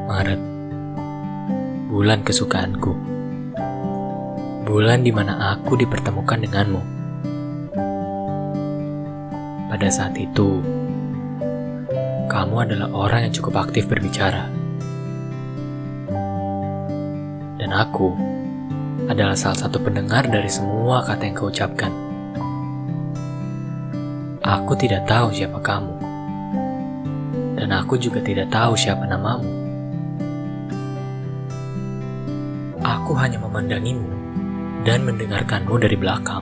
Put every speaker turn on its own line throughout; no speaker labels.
Maret, bulan kesukaanku. Bulan di mana aku dipertemukan denganmu. Pada saat itu, kamu adalah orang yang cukup aktif berbicara. Dan aku adalah salah satu pendengar dari semua kata yang kau ucapkan. Aku tidak tahu siapa kamu. Dan aku juga tidak tahu siapa namamu. Aku hanya memandangimu dan mendengarkanmu dari belakang.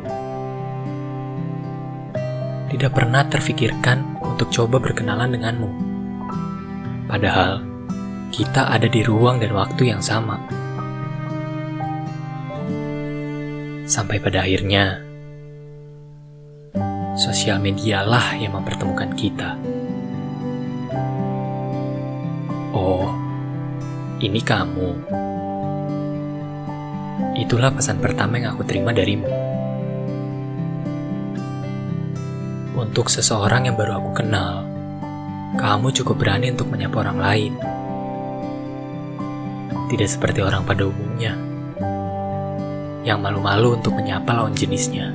Tidak pernah terfikirkan untuk coba berkenalan denganmu. Padahal, kita ada di ruang dan waktu yang sama. Sampai pada akhirnya, sosial medialah yang mempertemukan kita. Oh, ini kamu. Itulah pesan pertama yang aku terima darimu. Untuk seseorang yang baru aku kenal, kamu cukup berani untuk menyapa orang lain. Tidak seperti orang pada umumnya, yang malu-malu untuk menyapa lawan jenisnya.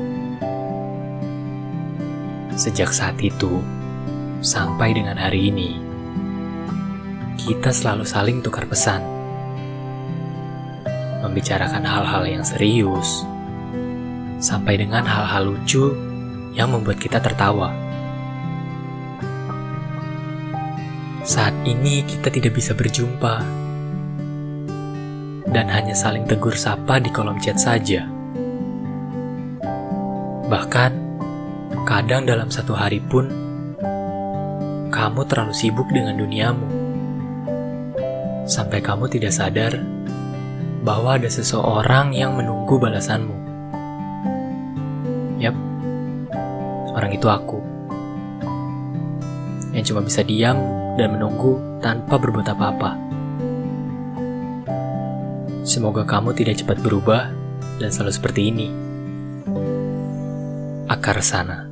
Sejak saat itu, sampai dengan hari ini, kita selalu saling tukar pesan. Membicarakan hal-hal yang serius, sampai dengan hal-hal lucu yang membuat kita tertawa. Saat ini kita tidak bisa berjumpa, dan hanya saling tegur sapa di kolom chat saja. Bahkan, kadang dalam satu hari pun, kamu terlalu sibuk dengan duniamu, sampai kamu tidak sadar bahwa ada seseorang yang menunggu balasanmu. Yap, orang itu aku. Yang cuma bisa diam dan menunggu tanpa berbuat apa-apa. Semoga kamu tidak cepat berubah dan selalu seperti ini. Akar Sana.